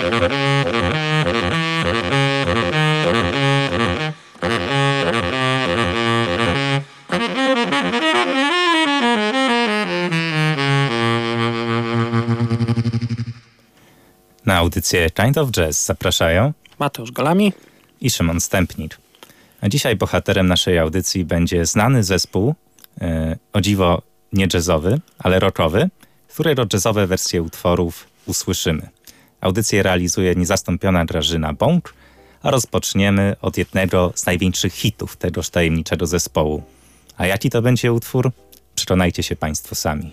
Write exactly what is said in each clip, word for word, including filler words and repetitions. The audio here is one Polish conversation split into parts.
Na audycję Kind of Jazz zapraszają Mateusz Golami i Szymon Stępnik. A dzisiaj bohaterem naszej audycji będzie znany zespół, yy, o dziwo nie jazzowy, ale rockowy, w której jazzowe wersje utworów usłyszymy. Audycję realizuje niezastąpiona Grażyna Bąk, a rozpoczniemy od jednego z największych hitów tegoż tajemniczego zespołu. A jaki to będzie utwór? Przekonajcie się Państwo sami.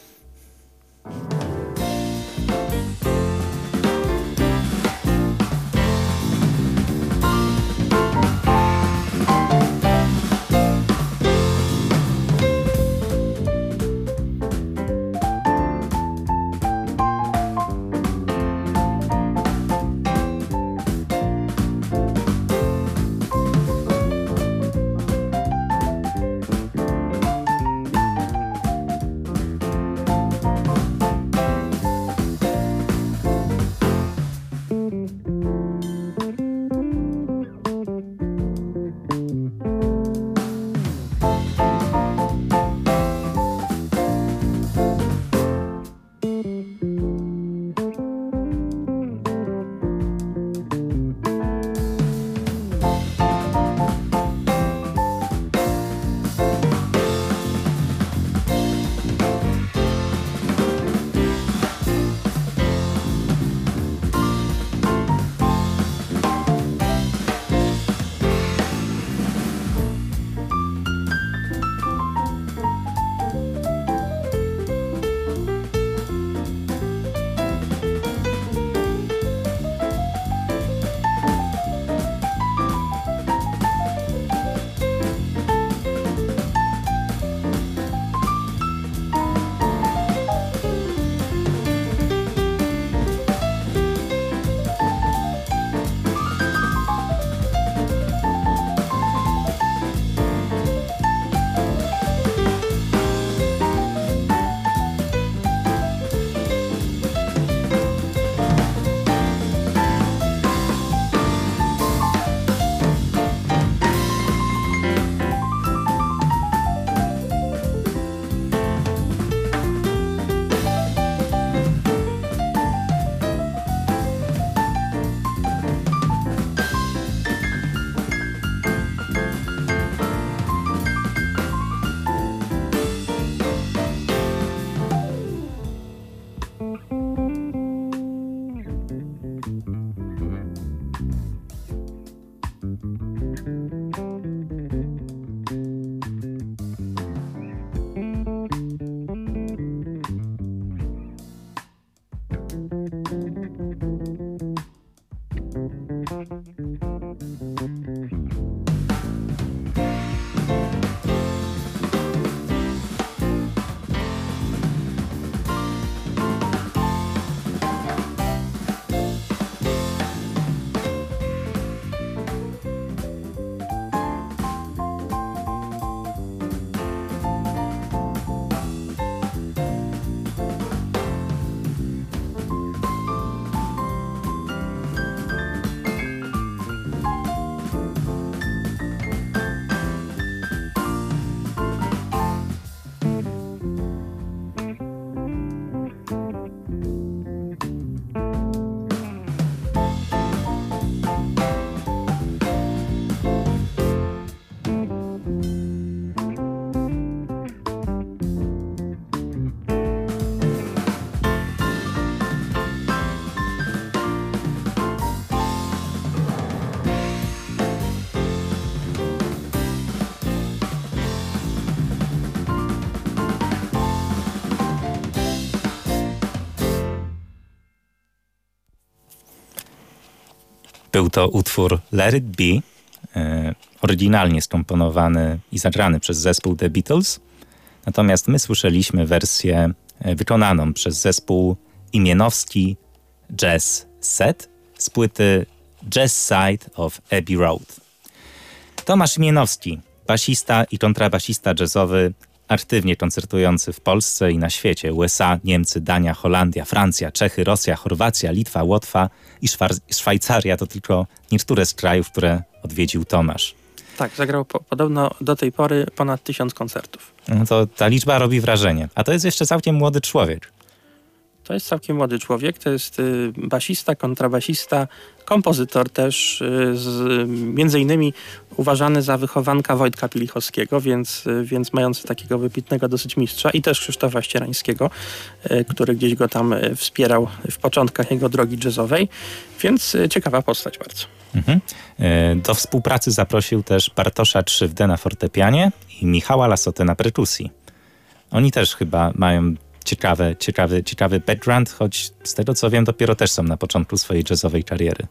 Był to utwór Let It Be, e, oryginalnie skomponowany i zagrany przez zespół The Beatles. Natomiast my słyszeliśmy wersję wykonaną przez zespół imienowski Jazz Set z płyty Jazz Side of Abbey Road. Tomasz Imienowski, basista i kontrabasista jazzowy, aktywnie koncertujący w Polsce i na świecie. U S A, Niemcy, Dania, Holandia, Francja, Czechy, Rosja, Chorwacja, Litwa, Łotwa i Szwar- Szwajcaria to tylko niektóre z krajów, które odwiedził Tomasz. Tak, zagrał po, podobno do tej pory ponad tysiąc koncertów. No to ta liczba robi wrażenie. A to jest jeszcze całkiem młody człowiek. To jest całkiem młody człowiek, to jest y, basista, kontrabasista, kompozytor też, y, z, między innymi uważany za wychowanka Wojtka Pilichowskiego, więc, y, więc mający takiego wybitnego dosyć mistrza i też Krzysztofa Ścierańskiego, y, który gdzieś go tam y, wspierał w początkach jego drogi jazzowej, więc y, ciekawa postać bardzo. Mhm. Y, do współpracy zaprosił też Bartosza Krzywdę na fortepianie i Michała Lasotę na perkusji. Oni też chyba mają Ciekawy, ciekawy, ciekawy background, choć z tego co wiem, dopiero też są na początku swojej jazzowej kariery.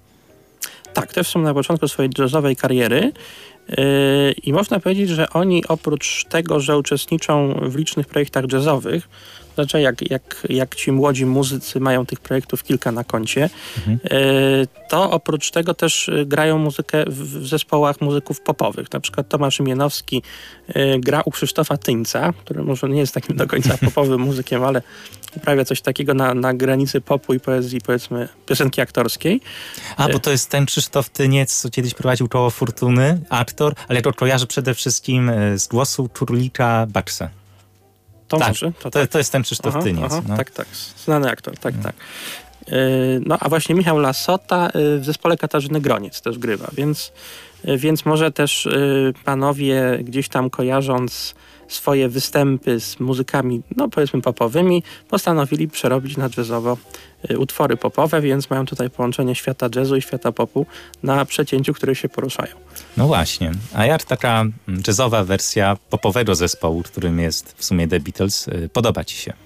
Tak, też są na początku swojej jazzowej kariery yy, i można powiedzieć, że oni oprócz tego, że uczestniczą w licznych projektach jazzowych, znaczy jak, jak, jak ci młodzi muzycy mają tych projektów kilka na koncie, mhm. yy, to oprócz tego też grają muzykę w, w zespołach muzyków popowych. Na przykład Tomasz Imienowski yy, gra u Krzysztofa Tyńca, który może nie jest takim do końca popowym muzykiem, ale uprawia coś takiego na, na granicy popu i poezji, powiedzmy, piosenki aktorskiej. A, bo to jest ten Krzysztof Tyniec, co kiedyś prowadził Koło Fortuny, aktor, ale ja go kojarzę przede wszystkim z głosu Czurlika Baksa. To tak, może. To, to, tak. to jest ten Krzysztof aha, Tyniec. Aha, no. Tak, tak. Znany aktor, tak, no. tak. Yy, no a właśnie Michał Lasota yy, w zespole Katarzyny Groniec też grywa, więc, yy, więc może też yy, panowie gdzieś tam kojarząc swoje występy z muzykami, no powiedzmy popowymi, postanowili przerobić na jazzowo y, utwory popowe, więc mają tutaj połączenie świata jazzu i świata popu na przecięciu, które się poruszają. No właśnie. A jak taka jazzowa wersja popowego zespołu, którym jest w sumie The Beatles, y, podoba ci się?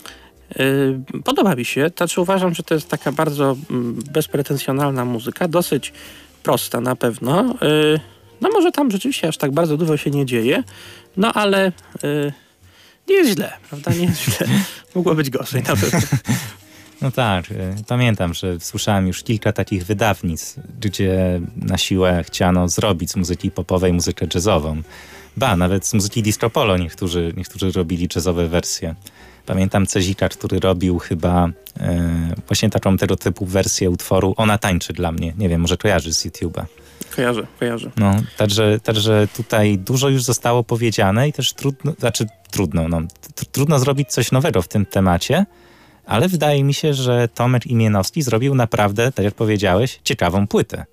Y, podoba mi się. Znaczy uważam, że to jest taka bardzo mm, bezpretensjonalna muzyka, dosyć prosta na pewno. Y, no może tam rzeczywiście aż tak bardzo dużo się nie dzieje, no ale y, nie jest źle, prawda? Nie jest źle. Mogło być gorzej na pewno. No tak, pamiętam, że słyszałem już kilka takich wydawnictw, gdzie na siłę chciano zrobić z muzyki popowej muzykę jazzową. Ba, nawet z muzyki disco polo niektórzy, niektórzy robili jazzowe wersje. Pamiętam Cezika, który robił chyba e, właśnie taką tego typu wersję utworu Ona tańczy dla mnie. Nie wiem, może kojarzysz z YouTube'a. Kojarzę, kojarzę. No, także, także tutaj dużo już zostało powiedziane i też trudno, znaczy trudno, no, tr- trudno zrobić coś nowego w tym temacie, ale wydaje mi się, że Tomek Imienowski zrobił naprawdę, tak jak powiedziałeś, ciekawą płytę.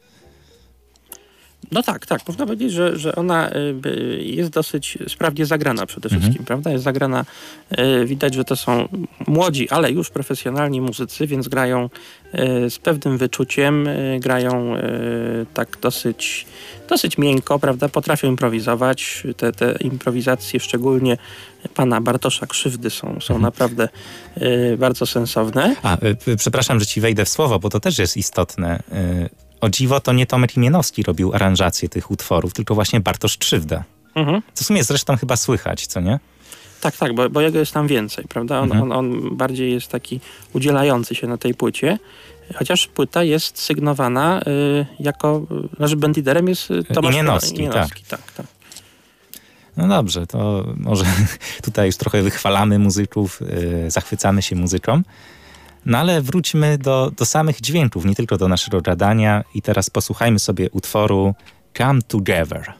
No tak, tak. Można powiedzieć, że, że ona y, jest dosyć sprawnie zagrana przede wszystkim, mhm. prawda? Jest zagrana, y, widać, że to są młodzi, ale już profesjonalni muzycy, więc grają y, z pewnym wyczuciem, y, grają y, tak dosyć, dosyć miękko, prawda? Potrafią improwizować. Te, te improwizacje, szczególnie pana Bartosza Krzywdy są, są mhm. naprawdę y, bardzo sensowne. A, y, przepraszam, że ci wejdę w słowo, bo to też jest istotne. Y- O dziwo, to nie Tomek Imienowski robił aranżację tych utworów, tylko właśnie Bartosz Krzywda. Mhm. Co w sumie zresztą chyba słychać, co nie? Tak, tak, bo, bo jego jest tam więcej, prawda? On, mhm. on, on bardziej jest taki udzielający się na tej płycie, chociaż płyta jest sygnowana y, jako, y, znaczy bandliderem jest Tomasz Imienowski, Imienowski. Tak. Tak, tak, tak. No dobrze, to może tutaj już trochę wychwalamy muzyków, yy, zachwycamy się muzyką. No ale wróćmy do, do samych dźwięków, nie tylko do naszego gadania i teraz posłuchajmy sobie utworu Come Together.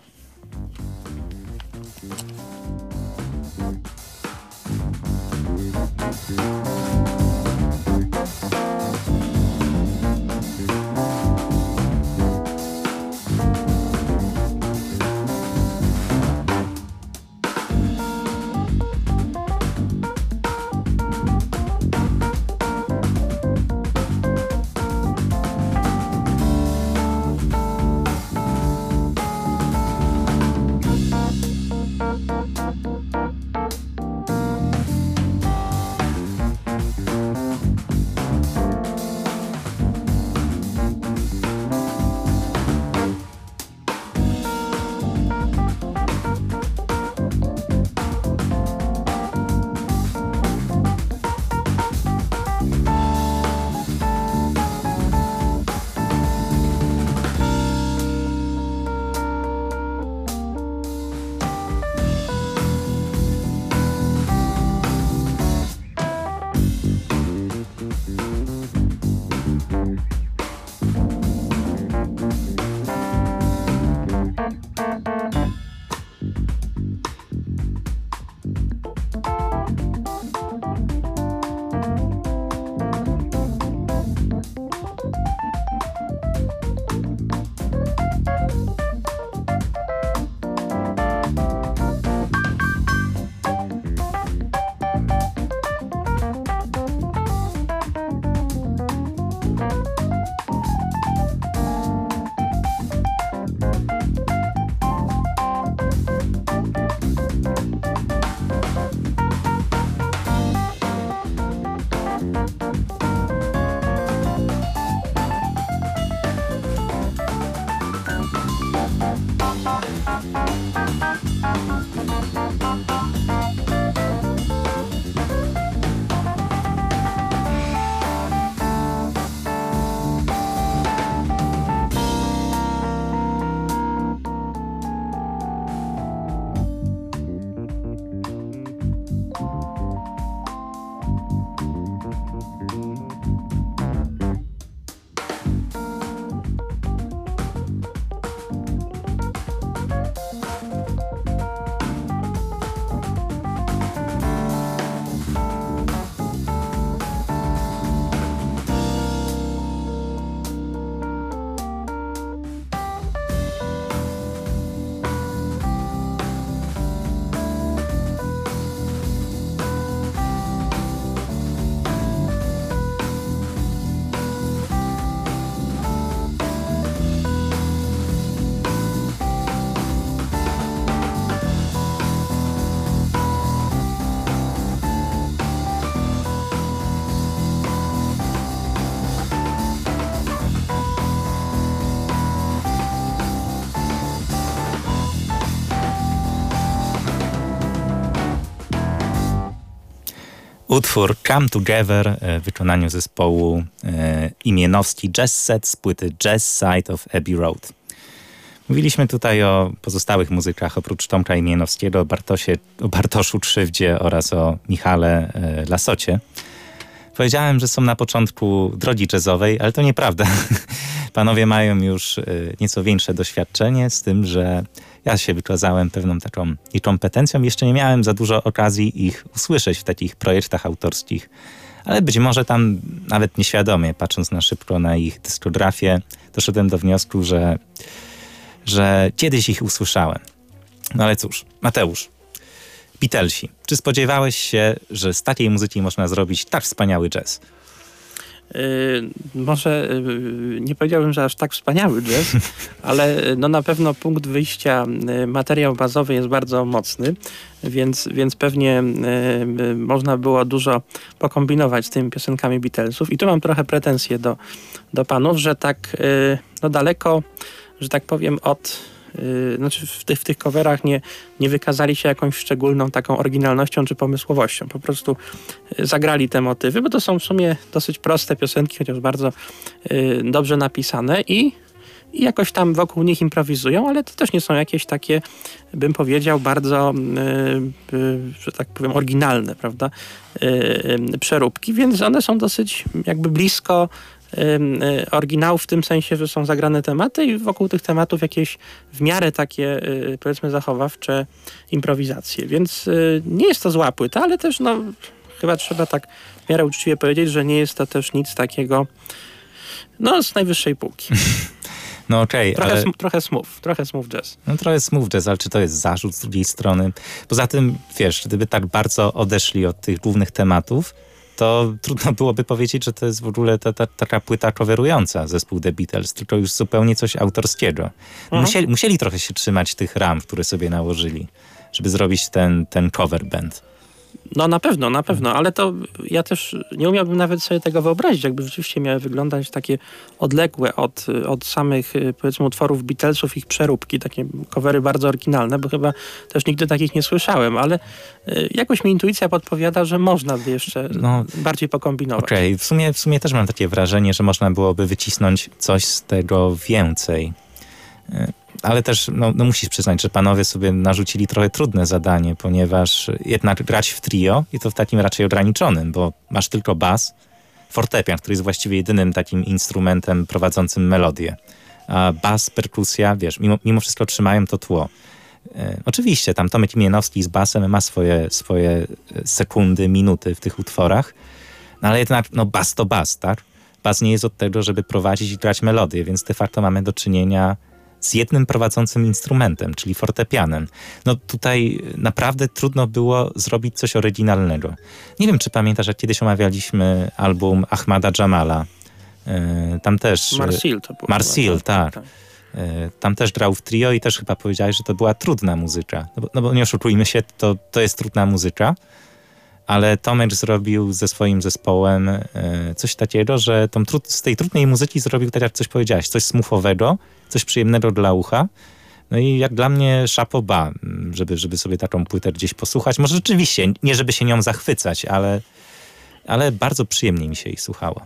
Utwór Come Together w wykonaniu zespołu e, imienowski Jazz Set z płyty Jazz Side of Abbey Road. Mówiliśmy tutaj o pozostałych muzykach, oprócz Tomka Imienowskiego, o, Bartosie, o Bartoszu Trzywdzie oraz o Michale e, Lasocie. Powiedziałem, że są na początku drogi jazzowej, ale to nieprawda. Panowie mają już y, nieco większe doświadczenie, z tym, że ja się wykazałem pewną taką ich kompetencją. Jeszcze nie miałem za dużo okazji ich usłyszeć w takich projektach autorskich, ale być może tam nawet nieświadomie, patrząc na szybko na ich dyskografię, doszedłem do wniosku, że, że kiedyś ich usłyszałem. No ale cóż, Mateusz, Beatlesi. Czy spodziewałeś się, że z takiej muzyki można zrobić tak wspaniały jazz? Yy, może yy, nie powiedziałbym, że aż tak wspaniały jazz, ale no na pewno punkt wyjścia, yy, materiał bazowy jest bardzo mocny, więc, więc pewnie yy, można było dużo pokombinować z tymi piosenkami Beatlesów. I tu mam trochę pretensje do, do panów, że tak yy, no daleko, że tak powiem, od Yy, znaczy w tych, w tych coverach nie, nie wykazali się jakąś szczególną taką oryginalnością czy pomysłowością. Po prostu yy, zagrali te motywy, bo to są w sumie dosyć proste piosenki, chociaż bardzo yy, dobrze napisane i, i jakoś tam wokół nich improwizują, ale to też nie są jakieś takie, bym powiedział, bardzo, yy, yy, że tak powiem, oryginalne, prawda, yy, przeróbki, więc one są dosyć jakby blisko oryginału w tym sensie, że są zagrane tematy i wokół tych tematów jakieś w miarę takie, powiedzmy, zachowawcze improwizacje. Więc nie jest to zła płyta, ale też no chyba trzeba tak w miarę uczciwie powiedzieć, że nie jest to też nic takiego no z najwyższej półki. No okej, okay, trochę, ale... trochę smooth, trochę smooth jazz. No trochę smooth jazz, ale czy to jest zarzut z drugiej strony? Poza tym, wiesz, gdyby tak bardzo odeszli od tych głównych tematów, to trudno byłoby powiedzieć, że to jest w ogóle ta, ta, taka płyta coverująca zespół The Beatles, tylko już zupełnie coś autorskiego. Mhm. Musieli, musieli trochę się trzymać tych ram, które sobie nałożyli, żeby zrobić ten, ten cover band. No na pewno, na pewno, ale to ja też nie umiałbym nawet sobie tego wyobrazić, jakby rzeczywiście miały wyglądać takie odległe od, od samych, powiedzmy, utworów Beatlesów, ich przeróbki, takie covery bardzo oryginalne, bo chyba też nigdy takich nie słyszałem, ale jakoś mi intuicja podpowiada, że można by jeszcze no, bardziej pokombinować. Okej, okay. w sumie, w sumie też mam takie wrażenie, że można byłoby wycisnąć coś z tego więcej. Ale też no, no musisz przyznać, że panowie sobie narzucili trochę trudne zadanie, ponieważ jednak grać w trio i to w takim raczej ograniczonym, bo masz tylko bas, fortepian, który jest właściwie jedynym takim instrumentem prowadzącym melodię. A bas, perkusja, wiesz, mimo, mimo wszystko trzymają to tło. E, oczywiście tam Tomek Imienowski z basem ma swoje, swoje sekundy, minuty w tych utworach, no ale jednak no bas to bas, tak? Bas nie jest od tego, żeby prowadzić i grać melodię, więc de facto mamy do czynienia z jednym prowadzącym instrumentem, czyli fortepianem. No tutaj naprawdę trudno było zrobić coś oryginalnego. Nie wiem, czy pamiętasz, jak kiedyś omawialiśmy album Ahmada Jamala. Yy, tam też... Marsil to było. Marsil, tak. tak. Yy, tam też grał w trio i też chyba powiedziałeś, że to była trudna muzyka. No bo, no bo nie oszukujmy się, to, to jest trudna muzyka, ale Tomek zrobił ze swoim zespołem yy, coś takiego, że tą tru- z tej trudnej muzyki zrobił, tak jak coś powiedziałeś, coś smoothowego, coś przyjemnego dla ucha. No i jak dla mnie chapeau bas, żeby, żeby sobie taką płytę gdzieś posłuchać. Może rzeczywiście, nie żeby się nią zachwycać, ale, ale bardzo przyjemnie mi się jej słuchało.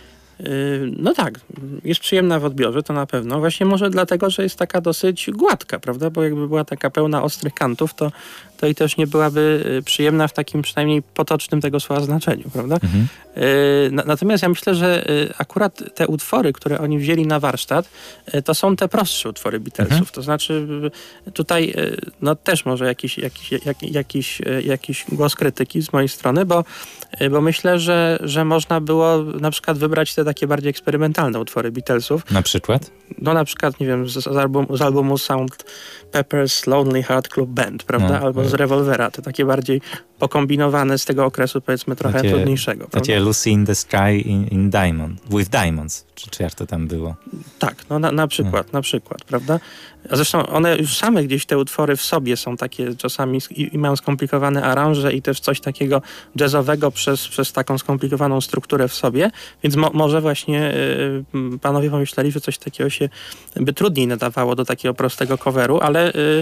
No tak, jest przyjemna w odbiorze, to na pewno. Właśnie może dlatego, że jest taka dosyć gładka, prawda? Bo jakby była taka pełna ostrych kantów, to, to i też nie byłaby przyjemna w takim przynajmniej potocznym tego słowa znaczeniu, prawda? Mhm. Natomiast ja myślę, że akurat te utwory, które oni wzięli na warsztat, to są te prostsze utwory Beatlesów. Mhm. To znaczy tutaj no też może jakiś, jakiś, jak, jakiś, jakiś głos krytyki z mojej strony, bo, bo myślę, że, że można było na przykład wybrać te takie bardziej eksperymentalne utwory Beatlesów. Na przykład? No na przykład, nie wiem, z, z, albumu, z albumu Sound Pepper's Lonely Heart Club Band, prawda? No, albo z Revolvera, te takie bardziej pokombinowane z tego okresu, powiedzmy, trochę takie, trudniejszego. Takie Lucy in the Sky in, in Diamond, with Diamonds, czy, czy jak to tam było? Tak, no na, na przykład, no. na przykład, prawda? A zresztą one już same gdzieś te utwory w sobie są takie czasami i, i mają skomplikowane aranże i też coś takiego jazzowego przez, przez taką skomplikowaną strukturę w sobie, więc mo, może właśnie y, panowie pomyśleli, że coś takiego się by trudniej nadawało do takiego prostego coveru, ale y,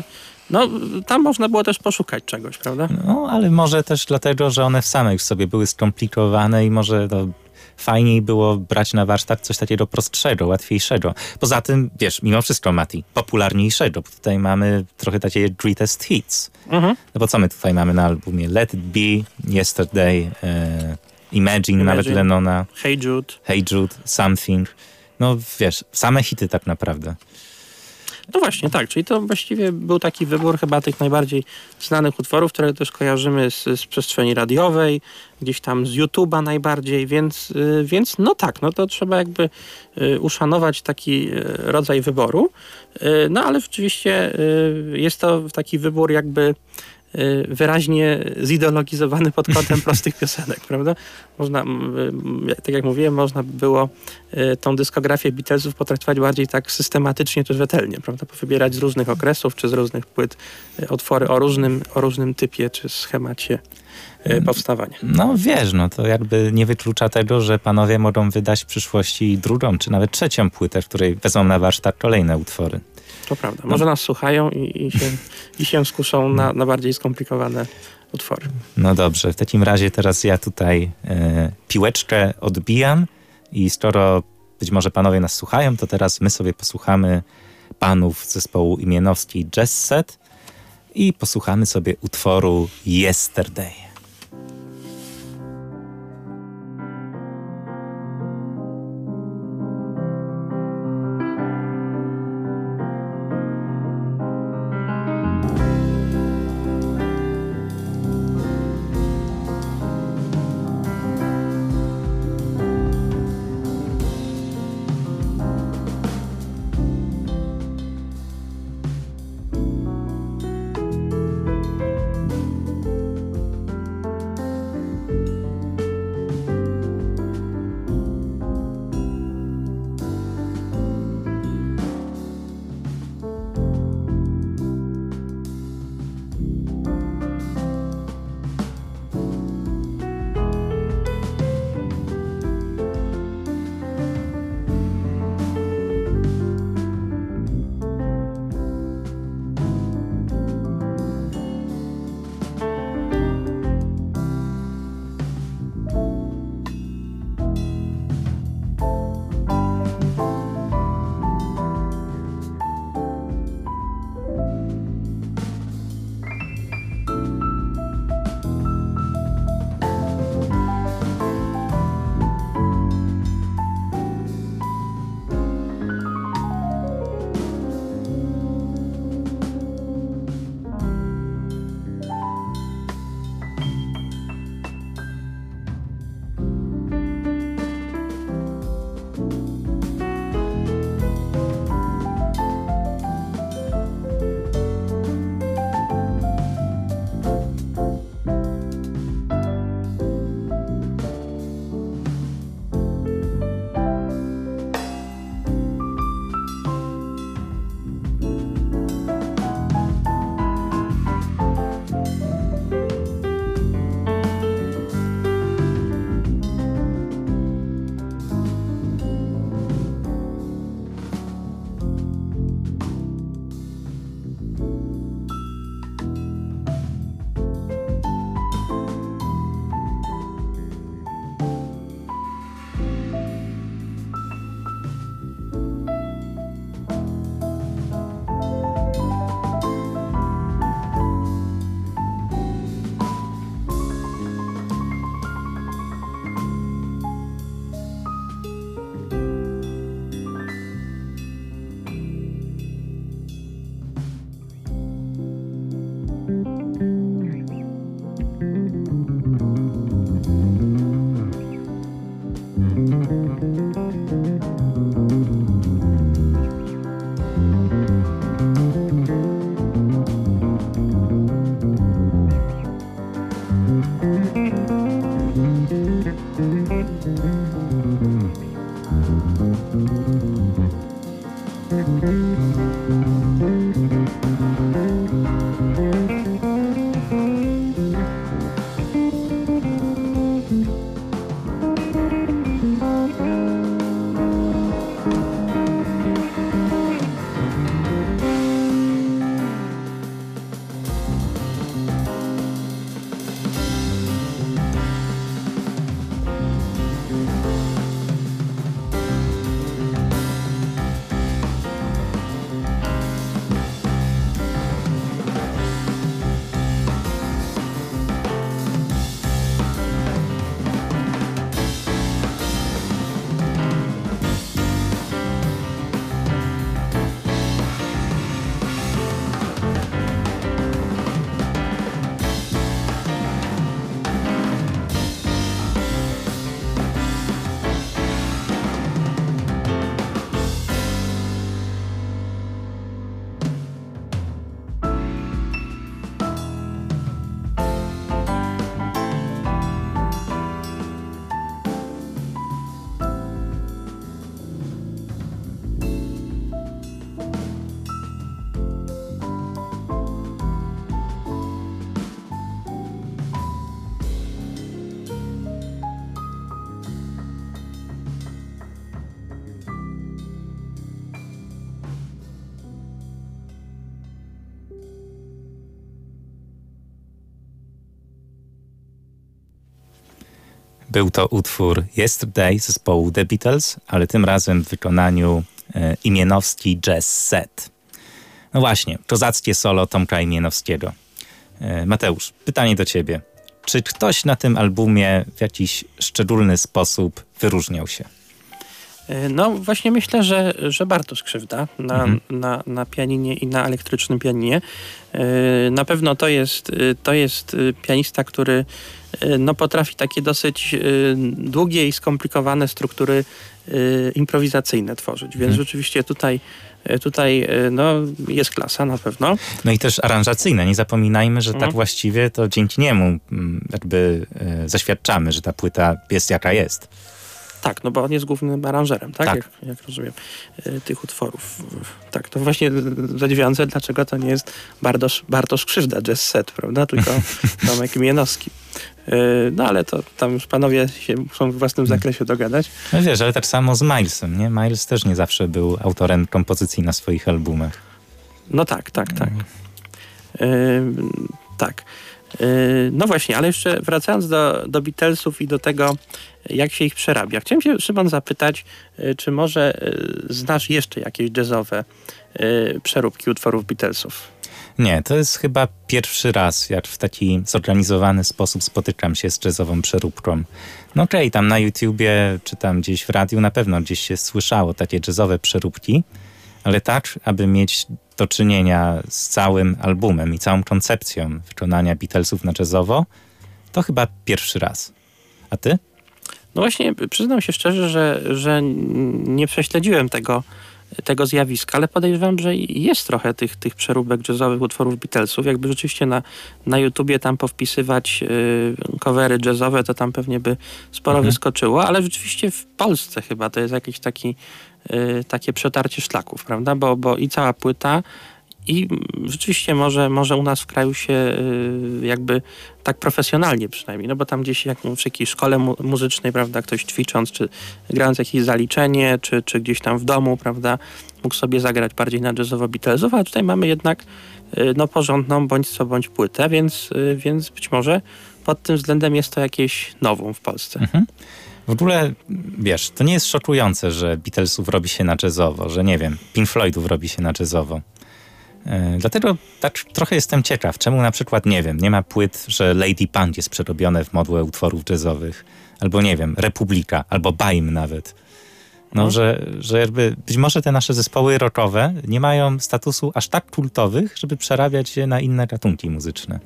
No, tam można było też poszukać czegoś, prawda? No, ale może też dlatego, że one w same już sobie były skomplikowane i może to fajniej było brać na warsztat coś takiego prostszego, łatwiejszego. Poza tym, wiesz, mimo wszystko, Mati, popularniejszego, bo tutaj mamy trochę takie greatest hits. Mhm. No bo co my tutaj mamy na albumie? Let It Be, Yesterday, e, Imagine, Imagine, nawet Lennona. Hey Jude. Hey Jude, Something. No wiesz, same hity tak naprawdę. No właśnie, tak, czyli to właściwie był taki wybór chyba tych najbardziej znanych utworów, które też kojarzymy z, z przestrzeni radiowej, gdzieś tam z YouTube'a najbardziej, więc, yy, więc no tak, no to trzeba jakby yy, uszanować taki yy, rodzaj wyboru, yy, no ale rzeczywiście yy, jest to taki wybór jakby wyraźnie zideologizowany pod kątem prostych piosenek, prawda? Można, tak jak mówiłem, można by było tą dyskografię Beatlesów potraktować bardziej tak systematycznie czy rzetelnie, prawda? Wybierać z różnych okresów czy z różnych płyt utwory o różnym, o różnym typie czy schemacie powstawania. No wiesz, no to jakby nie wyklucza tego, że panowie mogą wydać w przyszłości drugą czy nawet trzecią płytę, w której wezmą na warsztat kolejne utwory. To prawda. Może no. nas słuchają i, i, się, i się skuszą na, na bardziej skomplikowane utwory. No dobrze, w takim razie teraz ja tutaj e, piłeczkę odbijam i skoro być może panowie nas słuchają, to teraz my sobie posłuchamy panów z zespołu Imienowski Jazz Set i posłuchamy sobie utworu Yesterday. Był to utwór Yesterday zespołu The Beatles, ale tym razem w wykonaniu e, Imienowski Jazz Set. No właśnie, kozackie solo Tomka Imienowskiego. E, Mateusz, pytanie do ciebie. Czy ktoś na tym albumie w jakiś szczególny sposób wyróżniał się? No właśnie myślę, że, że Bartosz Krzywda na, mhm. na, na pianinie i na elektrycznym pianinie. Na pewno to jest, to jest pianista, który no, potrafi takie dosyć długie i skomplikowane struktury improwizacyjne tworzyć, więc mhm. rzeczywiście tutaj Tutaj no, jest klasa na pewno. No i też aranżacyjne. Nie zapominajmy, że tak mhm. właściwie to dzięki niemu jakby zaświadczamy, że ta płyta jest jaka jest. Tak, no bo on jest głównym aranżerem, tak? tak. Jak, jak rozumiem, y, tych utworów. Tak, to właśnie zadziwiające, dlaczego to nie jest Bartosz, Bartosz Krzywda Jazz Set, prawda? Tylko Tomek Imienowski. Y, no ale to tam już panowie się muszą w własnym zakresie dogadać. No wiesz, ale tak samo z Milesem, nie? Miles też nie zawsze był autorem kompozycji na swoich albumach. No tak, tak, tak. Y, tak. No właśnie, ale jeszcze wracając do, do Beatlesów i do tego, jak się ich przerabia. Chciałem się, Szymon, zapytać, czy może znasz jeszcze jakieś jazzowe przeróbki utworów Beatlesów? Nie, to jest chyba pierwszy raz, jak w taki zorganizowany sposób spotykam się z jazzową przeróbką. No okej, okay, tam na YouTubie, czy tam gdzieś w radiu na pewno gdzieś się słyszało takie jazzowe przeróbki, ale tak, aby mieć do czynienia z całym albumem i całą koncepcją wykonania Beatlesów na jazzowo, to chyba pierwszy raz. A ty? No właśnie, przyznam się szczerze, że, że nie prześledziłem tego, tego zjawiska, ale podejrzewam, że jest trochę tych, tych przeróbek jazzowych utworów Beatlesów. Jakby rzeczywiście na, na YouTubie tam powpisywać yy, covery jazzowe, to tam pewnie by sporo mhm. wyskoczyło, ale rzeczywiście w Polsce chyba to jest jakiś taki yy, takie przetarcie szlaków, prawda? Bo, bo i cała płyta i rzeczywiście może, może u nas w kraju się yy, jakby tak profesjonalnie przynajmniej, no bo tam gdzieś jak w jakiejś szkole mu- muzycznej, prawda, ktoś ćwicząc, czy grając jakieś zaliczenie, czy, czy gdzieś tam w domu, prawda, mógł sobie zagrać bardziej na jazzowo Beatlesów, a tutaj mamy jednak yy, no porządną bądź co bądź płytę, więc, yy, więc być może pod tym względem jest to jakieś nowum w Polsce. Mhm. W ogóle, wiesz, to nie jest szokujące, że Beatlesów robi się na jazzowo, że nie wiem, Pink Floydów robi się na jazzowo. Yy, dlatego tak trochę jestem ciekaw, czemu na przykład, nie wiem, nie ma płyt, że Lady Punk jest przerobione w modłę utworów jazzowych, albo nie wiem, Republika, albo Baim nawet. No, no. Że, że jakby być może te nasze zespoły rockowe nie mają statusu aż tak kultowych, żeby przerabiać je na inne gatunki muzyczne.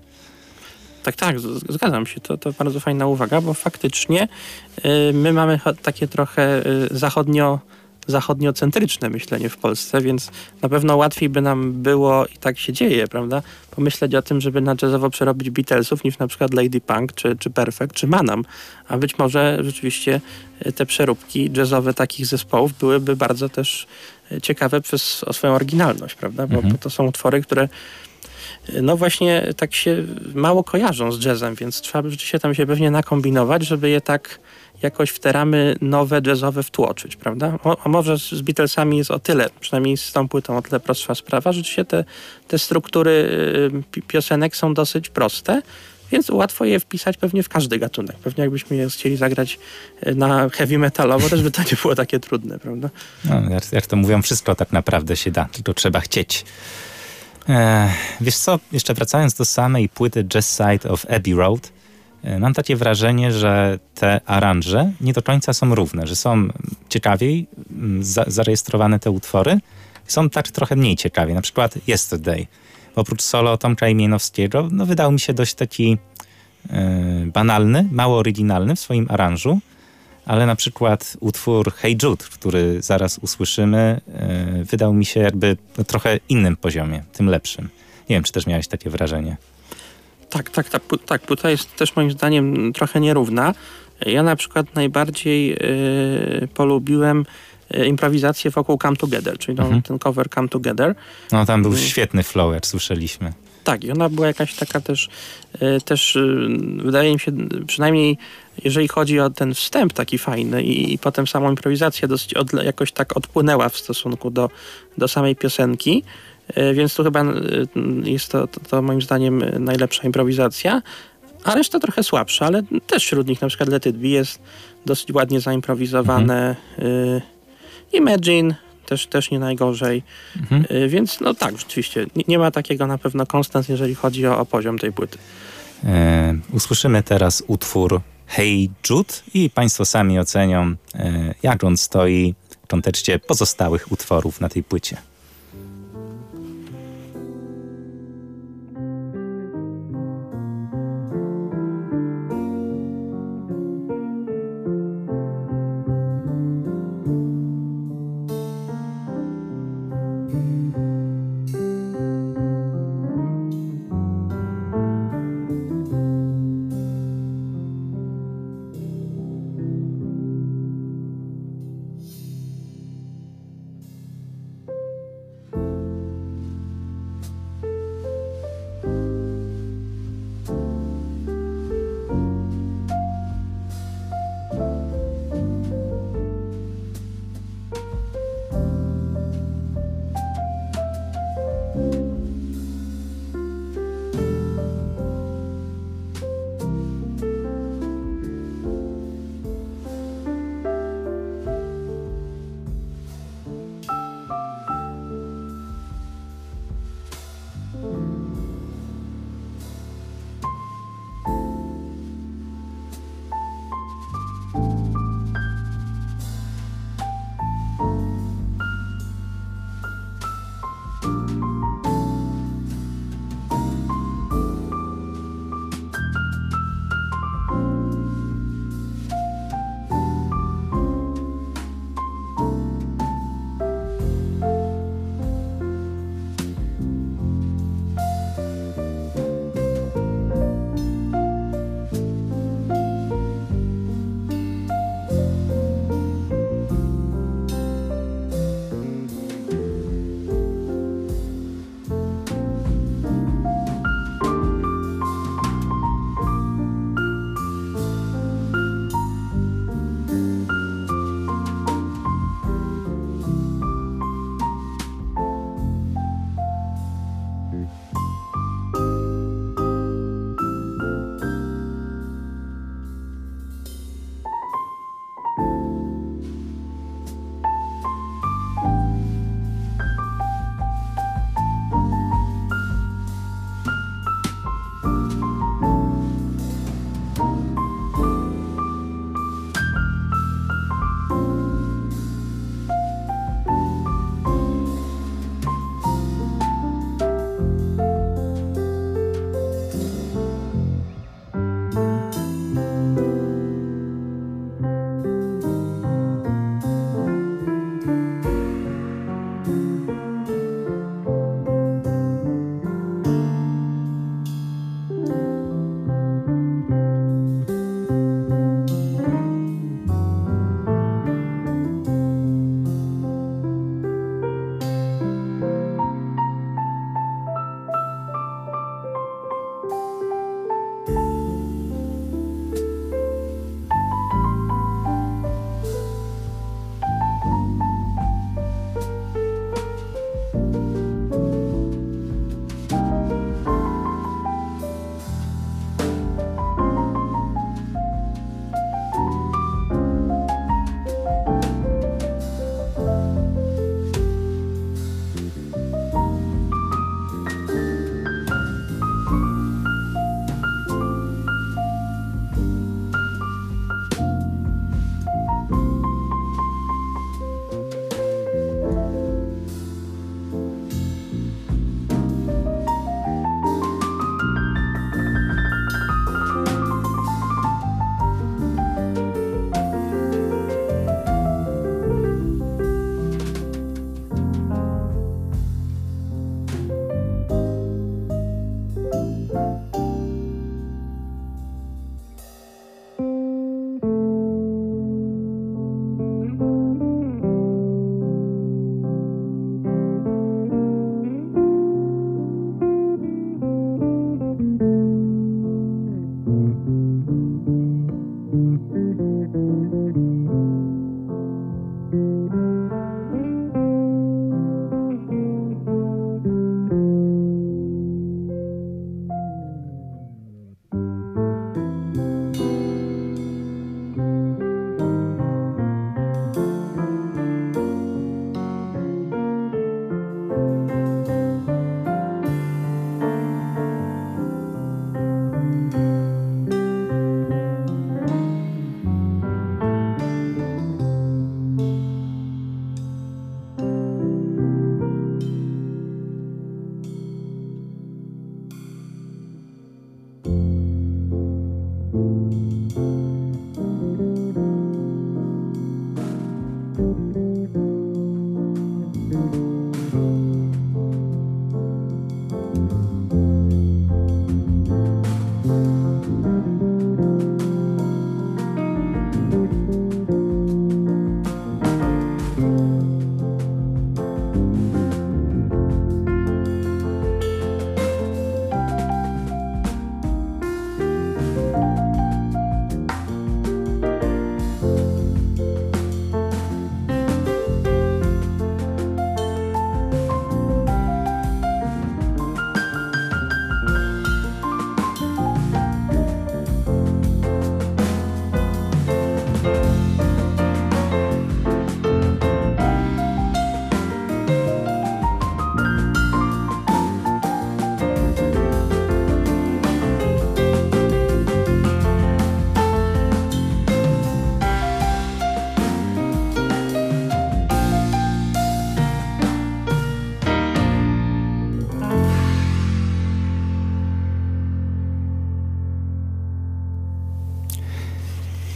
Tak, tak, z- zgadzam się. To, to bardzo fajna uwaga, bo faktycznie y, my mamy cho- takie trochę y, zachodnio zachodniocentryczne myślenie w Polsce, więc na pewno łatwiej by nam było, i tak się dzieje, prawda, pomyśleć o tym, żeby na jazzowo przerobić Beatlesów, niż na przykład Lady Punk, czy, czy Perfect, czy Manam. A być może rzeczywiście te przeróbki jazzowe takich zespołów byłyby bardzo też ciekawe przez o swoją oryginalność, prawda, bo, mhm. bo to są utwory, które no właśnie tak się mało kojarzą z jazzem, więc trzeba by rzeczywiście tam się pewnie nakombinować, żeby je tak jakoś w te ramy nowe, jazzowe wtłoczyć, prawda? O, a może z Beatlesami jest o tyle, przynajmniej z tą płytą o tyle prostsza sprawa, że się te, te struktury y, piosenek są dosyć proste, więc łatwo je wpisać pewnie w każdy gatunek. Pewnie jakbyśmy je chcieli zagrać na heavy metalowo, też by to nie było takie trudne, prawda? No, jak, jak to mówią, wszystko tak naprawdę się da, tylko trzeba chcieć. E, wiesz co, jeszcze wracając do samej płyty Jazz Side of Abbey Road, e, mam takie wrażenie, że te aranże nie do końca są równe, że są ciekawiej m, za, zarejestrowane te utwory, są tak trochę mniej ciekawie. Na przykład Yesterday. Oprócz solo Tomka Imienowskiego, no wydał mi się dość taki e, banalny, mało oryginalny w swoim aranżu, ale na przykład utwór Hey Jude, który zaraz usłyszymy, yy, wydał mi się jakby na trochę innym poziomie, tym lepszym. Nie wiem, czy też miałeś takie wrażenie. Tak, tak, tak. Tak, płyta jest też moim zdaniem trochę nierówna. Ja na przykład najbardziej yy, polubiłem yy, improwizację wokół Come Together, czyli mhm. ten cover Come Together. No tam był yy. świetny flow, jak słyszeliśmy. Tak, i ona była jakaś taka też, yy, też yy, wydaje mi się, przynajmniej jeżeli chodzi o ten wstęp taki fajny i, i potem samą improwizację dosyć od, jakoś tak odpłynęła w stosunku do, do samej piosenki, yy, więc tu chyba yy, jest to, to, to moim zdaniem najlepsza improwizacja. a reszta trochę słabsza, ale też wśród nich na przykład Let It Be jest dosyć ładnie zaimprowizowane. Mhm. Imagine też, też nie najgorzej. Mhm. Więc no tak, rzeczywiście, nie, nie ma takiego na pewno konstans, jeżeli chodzi o, o poziom tej płyty. E, usłyszymy teraz utwór Hey Jude i państwo sami ocenią, e, jak on stoi w kontekście pozostałych utworów na tej płycie.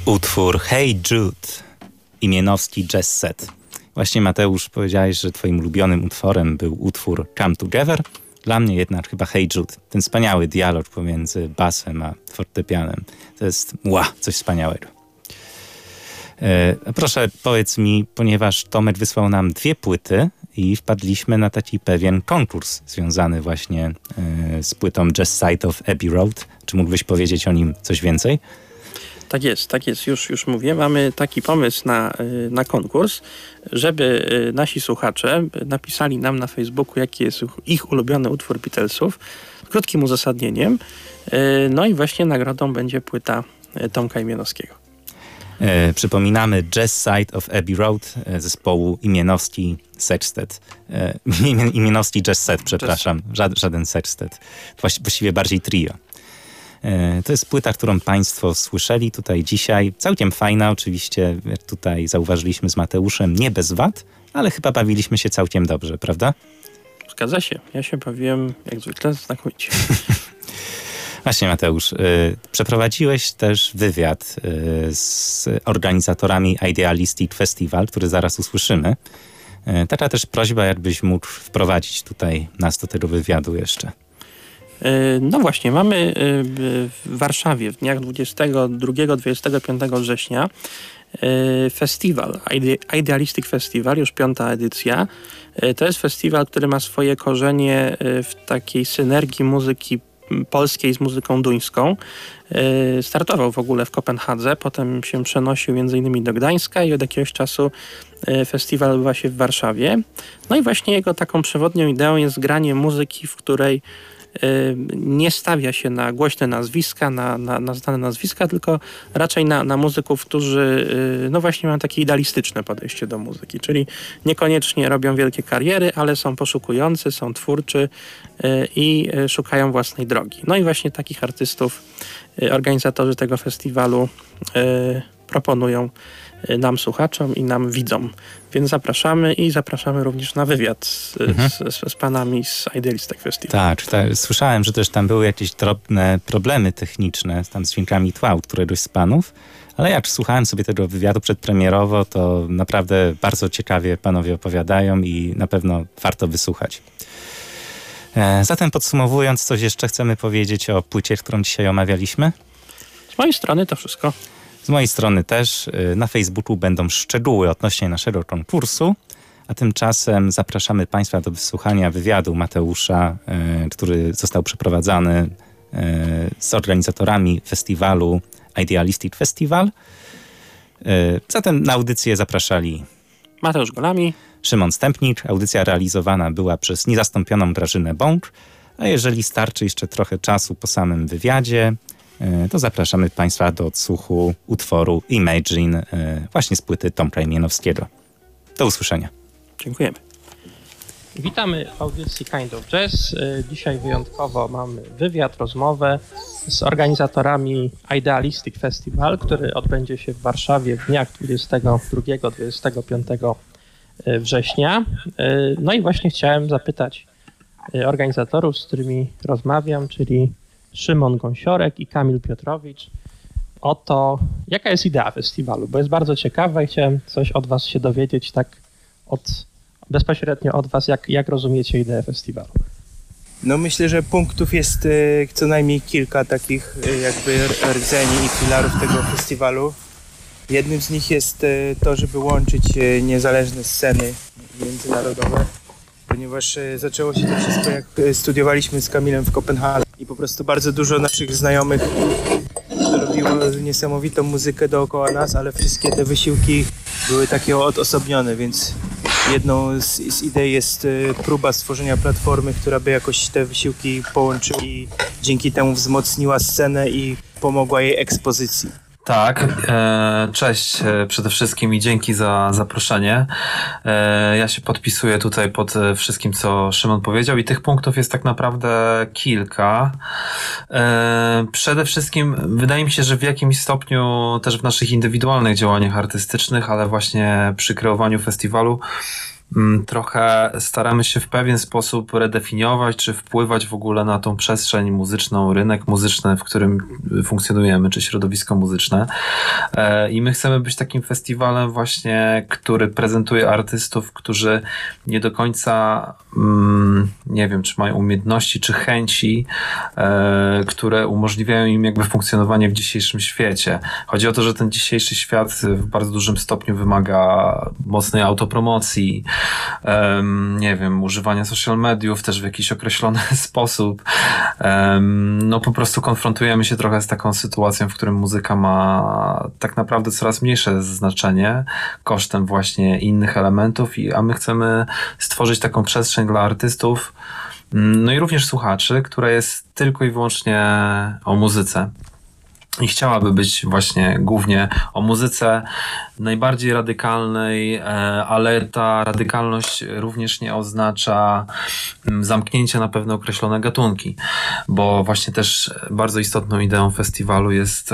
Utwór Hey Jude, imienowski jazz set. Właśnie Mateusz powiedziałeś, że twoim ulubionym utworem był utwór Come Together. Dla mnie jednak chyba Hey Jude, ten wspaniały dialog pomiędzy basem a fortepianem. To jest ła, coś wspaniałego. E, proszę, powiedz mi, ponieważ Tomek wysłał nam dwie płyty i wpadliśmy na taki pewien konkurs związany właśnie e, z płytą Jazz Side of Abbey Road. Czy mógłbyś powiedzieć o nim coś więcej? Tak jest, tak jest, już, już mówię. Mamy taki pomysł na, na konkurs, żeby nasi słuchacze napisali nam na Facebooku, jaki jest ich ulubiony utwór Beatlesów, z krótkim uzasadnieniem. No i właśnie nagrodą będzie płyta Tomka Imienowskiego. E, przypominamy Jazz Side of Abbey Road e, zespołu Imienowski Sextet. E, Imienowski Jazz Set, przepraszam, Żad, żaden Sextet. Właści, właściwie bardziej trio. E, to jest płyta, którą Państwo słyszeli tutaj dzisiaj. Całkiem fajna, oczywiście, jak tutaj zauważyliśmy z Mateuszem, nie bez wad, ale chyba bawiliśmy się całkiem dobrze, prawda? Zgadza się. Ja się bawiłem jak zwykle znakomicie. Właśnie, Mateusz, y, przeprowadziłeś też wywiad y, z organizatorami Idealistic Festival, który zaraz usłyszymy. Y, taka też prośba, jakbyś mógł wprowadzić tutaj nas do tego wywiadu jeszcze. No właśnie, mamy w Warszawie w dniach dwudziestego drugiego do dwudziestego piątego września festiwal, Idealistic Festival, już piąta edycja. To jest festiwal, który ma swoje korzenie w takiej synergii muzyki polskiej z muzyką duńską. Startował w ogóle w Kopenhadze, potem się przenosił między innymi do Gdańska i od jakiegoś czasu festiwal odbywa się w Warszawie. No i właśnie jego taką przewodnią ideą jest granie muzyki, w której nie stawia się na głośne nazwiska, na, na, na znane nazwiska, tylko raczej na, na muzyków, którzy no właśnie mają takie idealistyczne podejście do muzyki, czyli niekoniecznie robią wielkie kariery, ale są poszukujący, są twórczy i szukają własnej drogi. No i właśnie takich artystów organizatorzy tego festiwalu proponują nam słuchaczom i nam widzom. Więc zapraszamy i zapraszamy również na wywiad z, mhm. z, z, z panami z Idealistic Festival. Tak, tak, słyszałem, że też tam były jakieś drobne problemy techniczne tam z dźwiękami tła u któregoś z panów, ale jak słuchałem sobie tego wywiadu przedpremierowo, to naprawdę bardzo ciekawie panowie opowiadają i na pewno warto wysłuchać. E, zatem podsumowując, coś jeszcze chcemy powiedzieć o płycie, którą dzisiaj omawialiśmy? Z mojej strony to wszystko. Z mojej strony też. Na Facebooku będą szczegóły odnośnie naszego konkursu, a tymczasem zapraszamy Państwa do wysłuchania wywiadu Mateusza, który został przeprowadzany z organizatorami festiwalu Idealistic Festival. Zatem na audycję zapraszali Mateusz Golami, Szymon Stępnik. Audycja realizowana była przez niezastąpioną Grażynę Bąk, a jeżeli starczy jeszcze trochę czasu po samym wywiadzie, to zapraszamy Państwa do odsłuchu utworu Imagine właśnie z płyty Tomka Imienowskiego. Do usłyszenia. Dziękujemy. Witamy w audycji Kind of Jazz. Dzisiaj wyjątkowo mamy wywiad, rozmowę z organizatorami Idealistic Festival, który odbędzie się w Warszawie w dniach dwudziestego drugiego do dwudziestego piątego września. No i właśnie chciałem zapytać organizatorów, z którymi rozmawiam, czyli Szymon Gąsiorek i Kamil Piotrowicz, o to, jaka jest idea festiwalu, bo jest bardzo ciekawa i chciałem coś od was się dowiedzieć, tak od, bezpośrednio od was, jak, jak rozumiecie ideę festiwalu. No myślę, że punktów jest y, co najmniej kilka takich y, jakby rdzeni i filarów tego festiwalu. Jednym z nich jest y, to, żeby łączyć y, niezależne sceny międzynarodowe, ponieważ y, zaczęło się to wszystko, jak y, studiowaliśmy z Kamilem w Kopenhadze i po prostu bardzo dużo naszych znajomych robiło niesamowitą muzykę dookoła nas, ale wszystkie te wysiłki były takie odosobnione, więc jedną z, z idei jest y, próba stworzenia platformy, która by jakoś te wysiłki połączyła i dzięki temu wzmocniła scenę i pomogła jej ekspozycji. Tak, e, cześć e, przede wszystkim i dzięki za zaproszenie. E, ja się podpisuję tutaj pod wszystkim, co Szymon powiedział i tych punktów jest tak naprawdę kilka. E, przede wszystkim wydaje mi się, że w jakimś stopniu też w naszych indywidualnych działaniach artystycznych, ale właśnie przy kreowaniu festiwalu trochę staramy się w pewien sposób redefiniować, czy wpływać w ogóle na tą przestrzeń muzyczną, rynek muzyczny, w którym funkcjonujemy, czy środowisko muzyczne. I my chcemy być takim festiwalem właśnie, który prezentuje artystów, którzy nie do końca, nie wiem, czy mają umiejętności, czy chęci, które umożliwiają im jakby funkcjonowanie w dzisiejszym świecie. Chodzi o to, że ten dzisiejszy świat w bardzo dużym stopniu wymaga mocnej autopromocji, um, nie wiem, używania social mediów też w jakiś określony sposób. Um, no po prostu konfrontujemy się trochę z taką sytuacją, w którym muzyka ma tak naprawdę coraz mniejsze znaczenie kosztem właśnie innych elementów, i, a my chcemy stworzyć taką przestrzeń dla artystów, no i również słuchaczy, która jest tylko i wyłącznie o muzyce. I chciałaby być właśnie głównie o muzyce najbardziej radykalnej, ale ta radykalność również nie oznacza zamknięcia na pewne określone gatunki, bo właśnie też bardzo istotną ideą festiwalu jest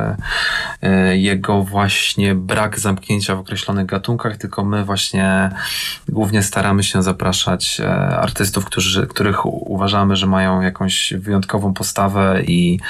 jego właśnie brak zamknięcia w określonych gatunkach, tylko my właśnie głównie staramy się zapraszać artystów, którzy, których uważamy, że mają jakąś wyjątkową postawę i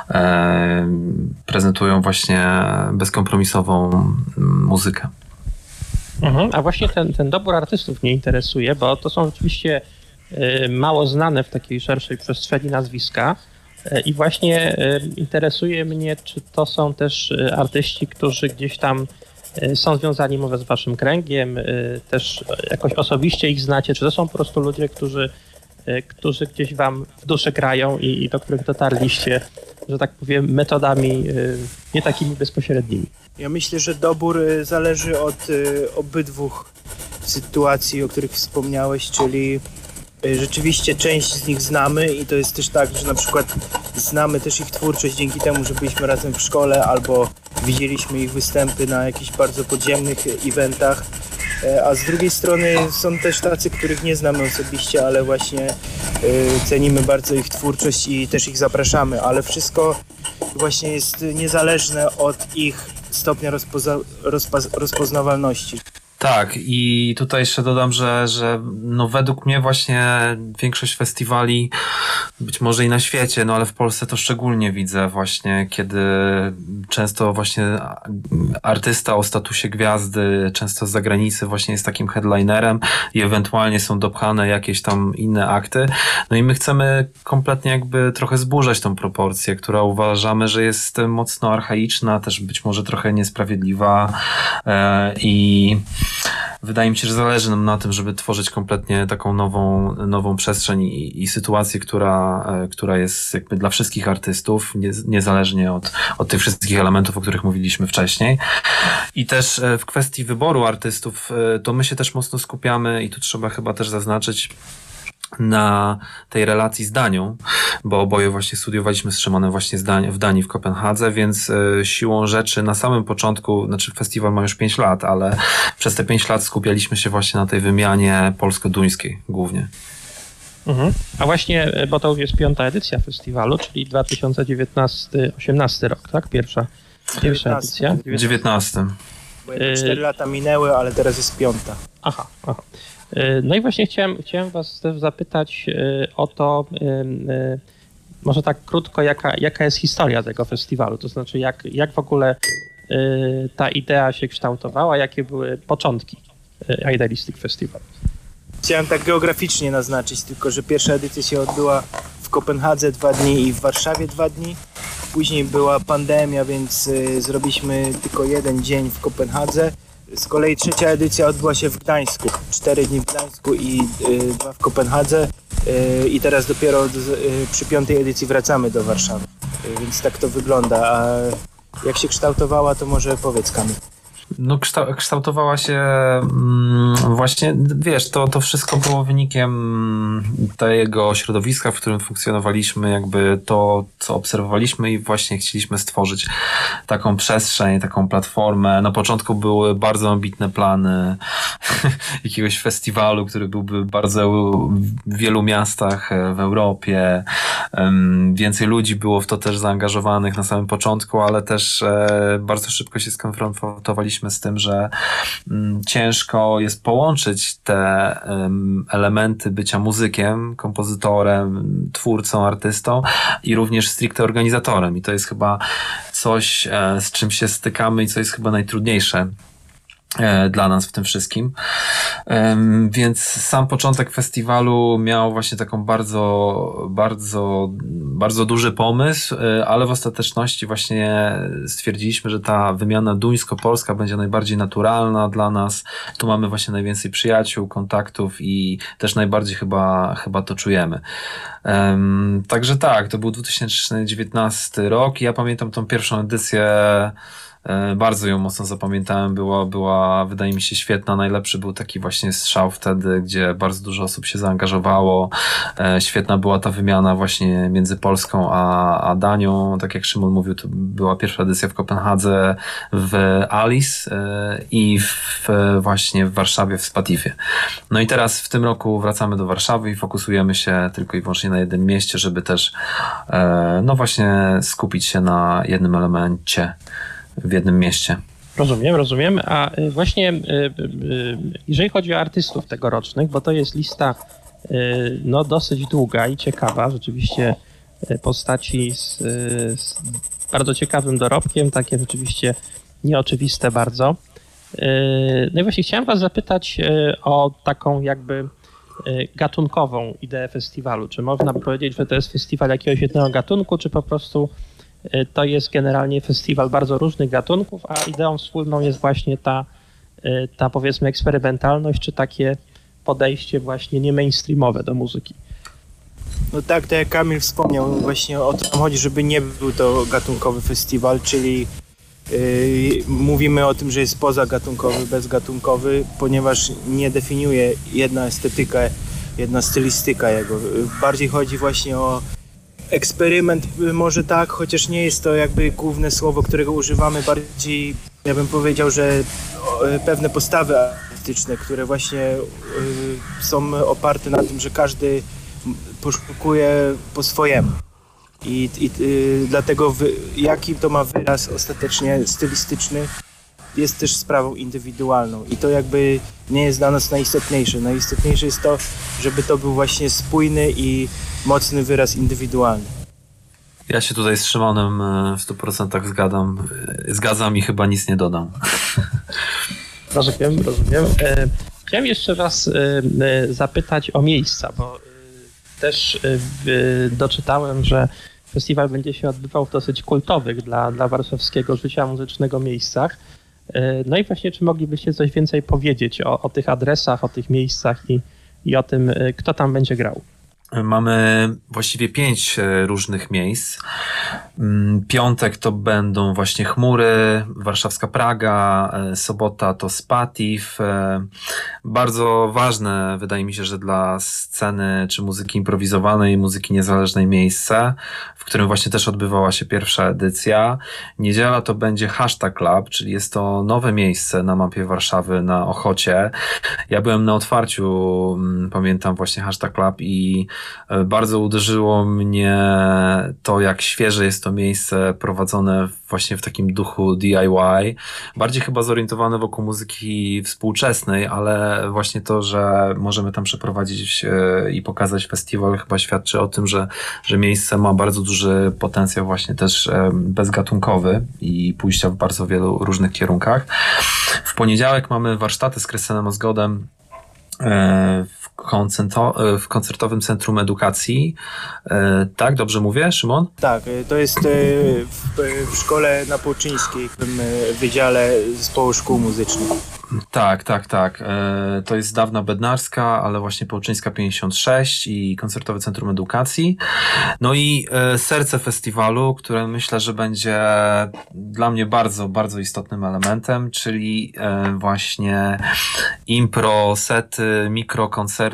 prezentują właśnie bezkompromisową muzykę. Mhm, a właśnie ten, ten dobór artystów mnie interesuje, bo to są oczywiście y, mało znane w takiej szerszej przestrzeni nazwiska y, i właśnie y, interesuje mnie, czy to są też y, artyści, którzy gdzieś tam y, są związani może z waszym kręgiem, y, też jakoś osobiście ich znacie, czy to są po prostu ludzie, którzy, y, którzy gdzieś wam w duszy grają i, i do których dotarliście, że tak powiem, metodami y, nie takimi bezpośrednimi. Ja myślę, że dobór zależy od y, obydwu sytuacji, o których wspomniałeś, czyli y, rzeczywiście część z nich znamy i to jest też tak, że na przykład znamy też ich twórczość dzięki temu, że byliśmy razem w szkole albo widzieliśmy ich występy na jakichś bardzo podziemnych eventach, y, a z drugiej strony są też tacy, których nie znamy osobiście, ale właśnie y, cenimy bardzo ich twórczość i też ich zapraszamy, ale wszystko właśnie jest niezależne od ich stopnia rozpoza- rozpa- rozpoznawalności. Tak, i tutaj jeszcze dodam, że, że no według mnie właśnie większość festiwali, być może i na świecie, no ale w Polsce to szczególnie widzę właśnie, kiedy często właśnie artysta o statusie gwiazdy, często z zagranicy właśnie jest takim headlinerem i ewentualnie są dopchane jakieś tam inne akty. No i my chcemy kompletnie jakby trochę zburzać tą proporcję, która uważamy, że jest mocno archaiczna, też być może trochę niesprawiedliwa e, i wydaje mi się, że zależy nam na tym, żeby tworzyć kompletnie taką nową, nową przestrzeń i, i sytuację, która, która jest jakby dla wszystkich artystów, nie, niezależnie od, od tych wszystkich elementów, o których mówiliśmy wcześniej. I też w kwestii wyboru artystów, to my się też mocno skupiamy i tu trzeba chyba też zaznaczyć, na tej relacji z Danią, bo oboje właśnie studiowaliśmy z Szymonem właśnie z Danii, w Danii, w Kopenhadze, więc y, siłą rzeczy na samym początku, znaczy festiwal ma już pięć lat, ale przez te pięć lat skupialiśmy się właśnie na tej wymianie polsko-duńskiej głównie. Mhm. A właśnie, bo to już jest piąta edycja festiwalu, czyli dwa tysiące dziewiętnasty osiemnasty rok, tak? Pierwsza, pierwsza edycja. dziewiętnasty. Bo cztery lata minęły, ale teraz jest piąta. Aha, aha. No i właśnie chciałem, chciałem was też zapytać o to, może tak krótko, jaka, jaka jest historia tego festiwalu, to znaczy jak, jak w ogóle ta idea się kształtowała, jakie były początki Idealistic Festival. Chciałem tak geograficznie naznaczyć, tylko że pierwsza edycja się odbyła w Kopenhadze dwa dni i w Warszawie dwa dni. Później była pandemia, więc y, zrobiliśmy tylko jeden dzień w Kopenhadze. Z kolei trzecia edycja odbyła się w Gdańsku. Cztery dni w Gdańsku i y, dwa w Kopenhadze. Y, I teraz dopiero y, przy piątej edycji wracamy do Warszawy. Y, więc tak to wygląda. A jak się kształtowała, to może powiedz, Kamil. No kształtowała się mm, właśnie, wiesz, to, to wszystko było wynikiem tego środowiska, w którym funkcjonowaliśmy, jakby to, co obserwowaliśmy i właśnie chcieliśmy stworzyć taką przestrzeń, taką platformę. Na początku były bardzo ambitne plany jakiegoś festiwalu, który byłby bardzo w wielu miastach w Europie. Więcej ludzi było w to też zaangażowanych na samym początku, ale też bardzo szybko się skonfrontowaliśmy spotkaliśmy z tym, że mm, ciężko jest połączyć te um, elementy bycia muzykiem, kompozytorem, twórcą, artystą i również stricte organizatorem. I to jest chyba coś, e, z czym się stykamy i co jest chyba najtrudniejsze dla nas w tym wszystkim. Więc sam początek festiwalu miał właśnie taką bardzo, bardzo, bardzo duży pomysł, ale w ostateczności właśnie stwierdziliśmy, że ta wymiana duńsko-polska będzie najbardziej naturalna dla nas. Tu mamy właśnie najwięcej przyjaciół, kontaktów i też najbardziej chyba, chyba to czujemy. Także tak, to był dwa tysiące dziewiętnasty rok i ja pamiętam tą pierwszą edycję. Bardzo ją mocno zapamiętałem, była, była wydaje mi się świetna, najlepszy był taki właśnie strzał wtedy, gdzie bardzo dużo osób się zaangażowało, świetna była ta wymiana właśnie między Polską a, a Danią, tak jak Szymon mówił, to była pierwsza edycja w Kopenhadze w Alice i w, właśnie w Warszawie w Spatifie. No i teraz w tym roku wracamy do Warszawy i fokusujemy się tylko i wyłącznie na jednym mieście, żeby też no właśnie skupić się na jednym elemencie w jednym mieście. Rozumiem, rozumiem. A właśnie jeżeli chodzi o artystów tegorocznych, bo to jest lista no, dosyć długa i ciekawa, rzeczywiście postaci z, z bardzo ciekawym dorobkiem, takie rzeczywiście nieoczywiste bardzo. No i właśnie chciałem was zapytać o taką jakby gatunkową ideę festiwalu. Czy można by powiedzieć, że to jest festiwal jakiegoś jednego gatunku, czy po prostu to jest generalnie festiwal bardzo różnych gatunków, a ideą wspólną jest właśnie ta, ta powiedzmy eksperymentalność, czy takie podejście właśnie nie mainstreamowe do muzyki. No tak, tak jak Kamil wspomniał, właśnie o to chodzi, żeby nie był to gatunkowy festiwal, czyli yy, mówimy o tym, że jest pozagatunkowy, bezgatunkowy, ponieważ nie definiuje jedna estetyka, jedna stylistyka jego. Bardziej chodzi właśnie o eksperyment, może tak, chociaż nie jest to jakby główne słowo, którego używamy, bardziej ja bym powiedział, że pewne postawy artystyczne, które właśnie są oparte na tym, że każdy poszukuje po swojemu. I, i y, dlatego wy, jaki to ma wyraz ostatecznie stylistyczny, jest też sprawą indywidualną i to jakby nie jest dla nas najistotniejsze. Najistotniejsze jest to, żeby to był właśnie spójny i mocny wyraz indywidualny. Ja się tutaj z Szymonem w stu procentach zgadzam, zgadzam i chyba nic nie dodam. Rozumiem, rozumiem. Chciałem jeszcze raz zapytać o miejsca, bo też doczytałem, że festiwal będzie się odbywał w dosyć kultowych dla, dla warszawskiego życia muzycznego miejscach. No i właśnie, czy moglibyście coś więcej powiedzieć o, o tych adresach, o tych miejscach i, i o tym, kto tam będzie grał? Mamy właściwie pięć różnych miejsc. Piątek to będą właśnie Chmury, warszawska Praga, sobota to Spatif. Bardzo ważne, wydaje mi się, że dla sceny czy muzyki improwizowanej, muzyki niezależnej miejsce, w którym właśnie też odbywała się pierwsza edycja. Niedziela to będzie Hashtag Club, czyli jest to nowe miejsce na mapie Warszawy na Ochocie. Ja byłem na otwarciu, pamiętam właśnie Hashtag Club i bardzo uderzyło mnie to, jak świeże jest to miejsce prowadzone właśnie w takim duchu D I Y. Bardziej chyba zorientowane wokół muzyki współczesnej, ale właśnie to, że możemy tam przeprowadzić i pokazać festiwal, chyba świadczy o tym, że, że miejsce ma bardzo duży potencjał właśnie też bezgatunkowy i pójścia w bardzo wielu różnych kierunkach. W poniedziałek mamy warsztaty z Krystianem Ozgodem w Koncerto- w Koncertowym Centrum Edukacji. E, tak, dobrze mówię, Szymon? Tak, to jest w, w szkole Napołczyńskiej, w tym Wydziale Zespołu Szkół Muzycznych. Tak, tak, tak. E, to jest dawna Bednarska, ale właśnie Połczyńska pięćdziesiąt sześć i Koncertowe Centrum Edukacji. No i e, serce festiwalu, które myślę, że będzie dla mnie bardzo, bardzo istotnym elementem, czyli e, właśnie impro, sety, mikrokoncerty,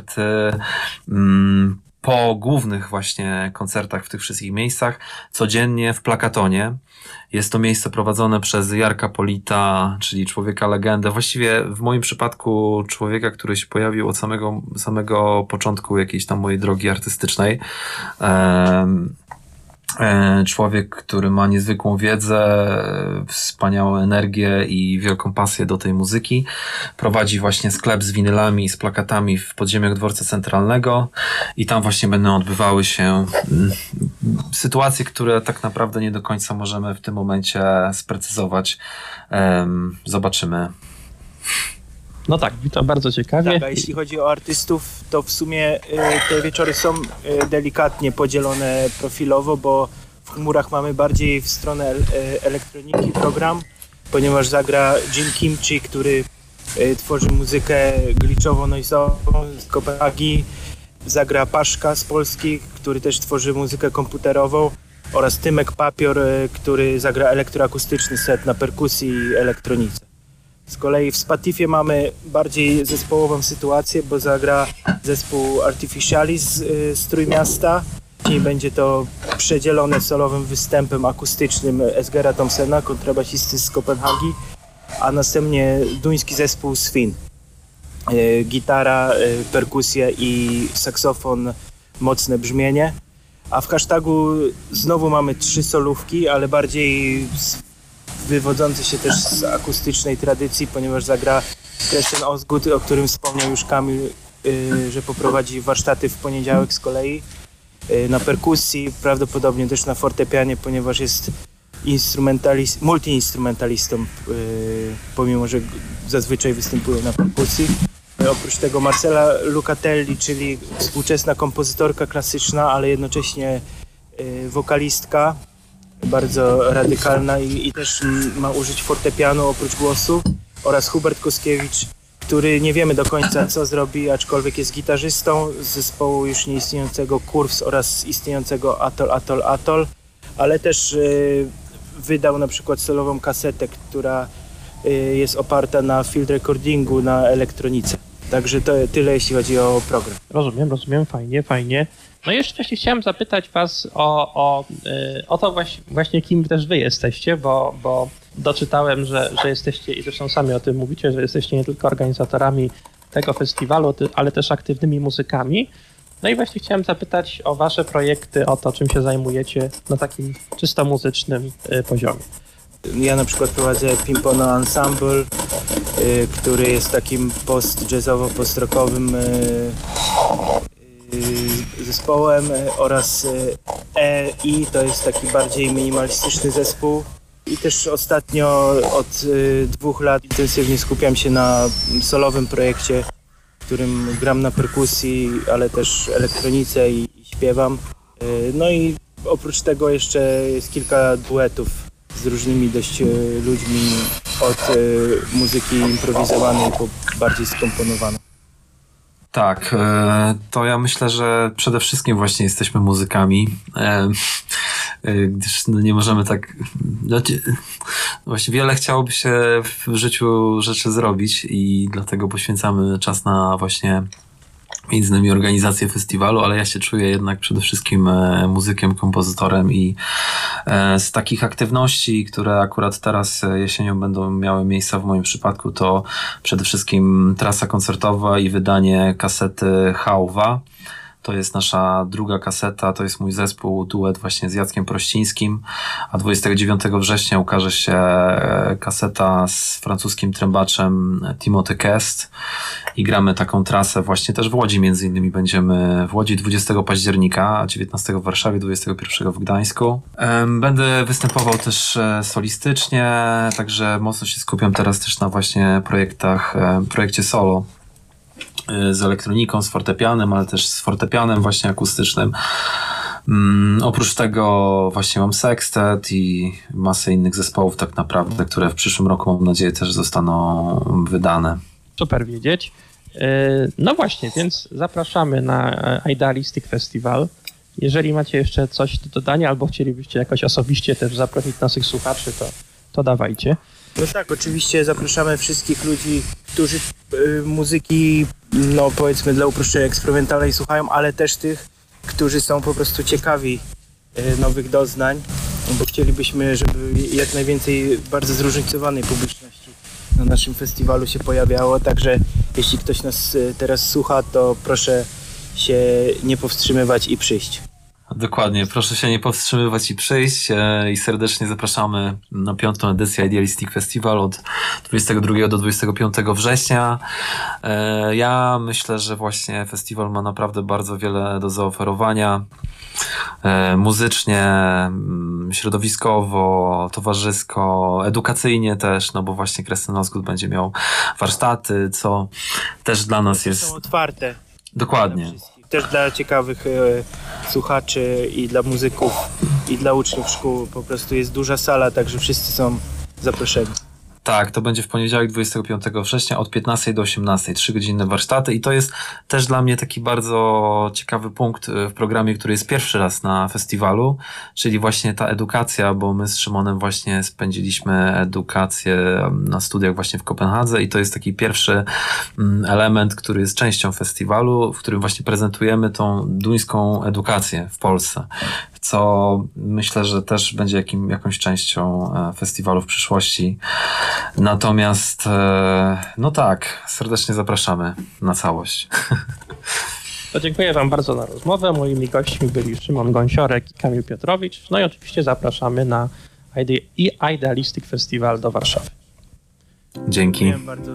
mm, po głównych właśnie koncertach w tych wszystkich miejscach, codziennie w Plakatonie. Jest to miejsce prowadzone przez Jarka Polita, czyli człowieka legendę. Właściwie w moim przypadku człowieka, który się pojawił od samego, samego początku jakiejś tam mojej drogi artystycznej. Um, Człowiek, który ma niezwykłą wiedzę, wspaniałą energię i wielką pasję do tej muzyki. Prowadzi właśnie sklep z winylami i z plakatami w podziemiach dworca centralnego i tam właśnie będą odbywały się sytuacje, które tak naprawdę nie do końca możemy w tym momencie sprecyzować. Zobaczymy. No tak, to bardzo ciekawie. Tak, a jeśli chodzi o artystów, to w sumie y, te wieczory są y, delikatnie podzielone profilowo, bo w chmurach mamy bardziej w stronę el, y, elektroniki program, ponieważ zagra Jim Kimchi, który y, tworzy muzykę glitchowo-noizową z Kopenhagi, zagra Paszka z Polski, który też tworzy muzykę komputerową, oraz Tymek Papior, y, który zagra elektroakustyczny set na perkusji i elektronice. Z kolei w Spatifie mamy bardziej zespołową sytuację, bo zagra zespół Artificialis z, z Trójmiasta. Później będzie to przedzielone solowym występem akustycznym Esgera Thompsona, kontrabasisty z Kopenhagi, a następnie duński zespół Swin. E, gitara, e, perkusja i saksofon, mocne brzmienie. A w hashtagu znowu mamy trzy solówki, ale bardziej z wywodzący się też z akustycznej tradycji, ponieważ zagra Christian Osgood, o którym wspomniał już Kamil, yy, że poprowadzi warsztaty w poniedziałek z kolei yy, na perkusji, prawdopodobnie też na fortepianie, ponieważ jest instrumentalist, multiinstrumentalistą, yy, pomimo że zazwyczaj występuje na perkusji. Yy, oprócz tego Marcela Lucatelli, czyli współczesna kompozytorka klasyczna, ale jednocześnie yy, wokalistka, bardzo radykalna i, i też ma użyć fortepianu oprócz głosu, oraz Hubert Koskiewicz, który nie wiemy do końca co zrobi, aczkolwiek jest gitarzystą z zespołu już nieistniejącego Curves oraz istniejącego Atoll, Atoll, Atoll, ale też y, wydał na przykład solową kasetę, która y, jest oparta na field recordingu na elektronice. Także to tyle, jeśli chodzi o program. Rozumiem, rozumiem, fajnie, fajnie. No i jeszcze wcześniej chciałem zapytać was o, o, yy, o to właśnie, właśnie kim też wy jesteście, bo, bo doczytałem, że, że jesteście, i zresztą sami o tym mówicie, że jesteście nie tylko organizatorami tego festiwalu, ale też aktywnymi muzykami. No i właśnie chciałem zapytać o wasze projekty, o to, czym się zajmujecie na takim czysto muzycznym yy, poziomie. Ja na przykład prowadzę Pimpono Ensemble, y, który jest takim post-jazzowo-post-rockowym y, y, zespołem, y, oraz y, E I to jest taki bardziej minimalistyczny zespół. I też ostatnio od y, dwóch lat intensywnie skupiam się na solowym projekcie, w którym gram na perkusji, ale też elektronice i, i śpiewam. Y, no i oprócz tego jeszcze jest kilka duetów z różnymi dość ludźmi, od y, muzyki improwizowanej po bardziej skomponowaną. Tak, to ja myślę, że przede wszystkim właśnie jesteśmy muzykami, gdyż no nie możemy tak... Właśnie wiele chciałoby się w życiu rzeczy zrobić i dlatego poświęcamy czas na właśnie między innymi organizację festiwalu, ale ja się czuję jednak przede wszystkim muzykiem, kompozytorem i z takich aktywności, które akurat teraz jesienią będą miały miejsce w moim przypadku, to przede wszystkim trasa koncertowa i wydanie kasety Hałwa. To jest nasza druga kaseta, to jest mój zespół, duet właśnie z Jackiem Prościńskim, a dwudziestego dziewiątego września ukaże się kaseta z francuskim trębaczem Timothy Kest i gramy taką trasę właśnie też w Łodzi, między innymi będziemy w Łodzi dwudziestego października, dziewiętnastego w Warszawie, dwudziestego pierwszego w Gdańsku. Będę występował też solistycznie, także mocno się skupiam teraz też na właśnie projektach, projekcie solo z elektroniką, z fortepianem, ale też z fortepianem właśnie akustycznym. Um, oprócz tego właśnie mam sextet i masę innych zespołów tak naprawdę, które w przyszłym roku mam nadzieję też zostaną wydane. Super wiedzieć. No właśnie, więc zapraszamy na Idealistic Festival. Jeżeli macie jeszcze coś do dodania albo chcielibyście jakoś osobiście też zaprosić naszych słuchaczy, to, to dawajcie. No tak, oczywiście zapraszamy wszystkich ludzi, którzy y, muzyki, no powiedzmy dla uproszczenia eksperymentalnej słuchają, ale też tych, którzy są po prostu ciekawi y, nowych doznań, bo chcielibyśmy, żeby jak najwięcej bardzo zróżnicowanej publiczności na naszym festiwalu się pojawiało, także jeśli ktoś nas y, teraz słucha, to proszę się nie powstrzymywać i przyjść. Dokładnie, proszę się nie powstrzymywać i przyjść e, i serdecznie zapraszamy na piątą edycję Idealistic Festival od dwudziestego drugiego do dwudziestego piątego września. E, ja myślę, że właśnie festiwal ma naprawdę bardzo wiele do zaoferowania. E, muzycznie, m, środowiskowo, towarzysko, edukacyjnie też, no bo właśnie Krasnolud będzie miał warsztaty, co też dla nas jest Są otwarte. dokładnie. Dla wszystkich. Też dla ciekawych e, słuchaczy i dla muzyków i dla uczniów szkół. Po prostu jest duża sala, także wszyscy są zaproszeni. Tak, to będzie w poniedziałek dwudziestego piątego września od piętnastej do osiemnastej, trzygodzinne warsztaty i to jest też dla mnie taki bardzo ciekawy punkt w programie, który jest pierwszy raz na festiwalu, czyli właśnie ta edukacja, bo my z Szymonem właśnie spędziliśmy edukację na studiach właśnie w Kopenhadze i to jest taki pierwszy element, który jest częścią festiwalu, w którym właśnie prezentujemy tą duńską edukację w Polsce, co myślę, że też będzie jakim, jakąś częścią festiwalu w przyszłości. Natomiast, no tak, serdecznie zapraszamy na całość. To dziękuję Wam bardzo za rozmowę. Moimi gośćmi byli Szymon Gąsiorek i Kamil Piotrowicz. No i oczywiście zapraszamy na Ide- Idealistic Festival do Warszawy. Dzięki. Dziękuję bardzo.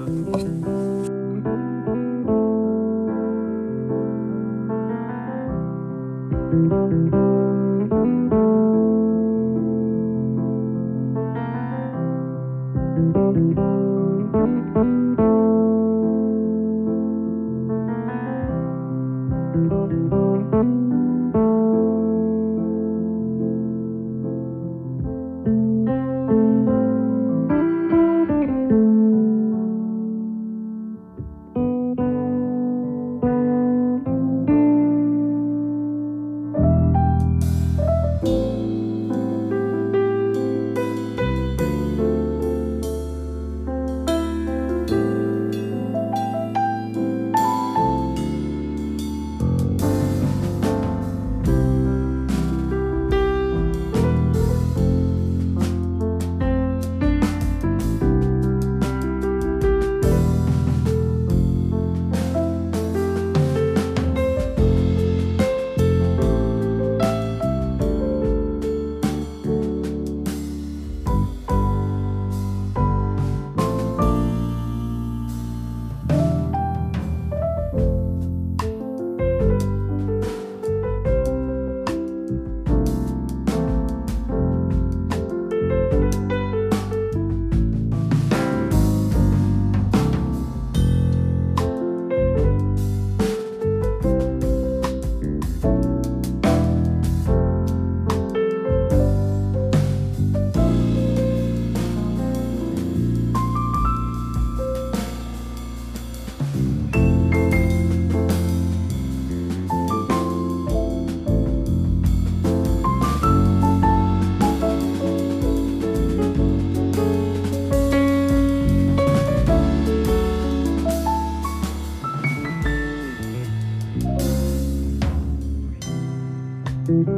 Thank you.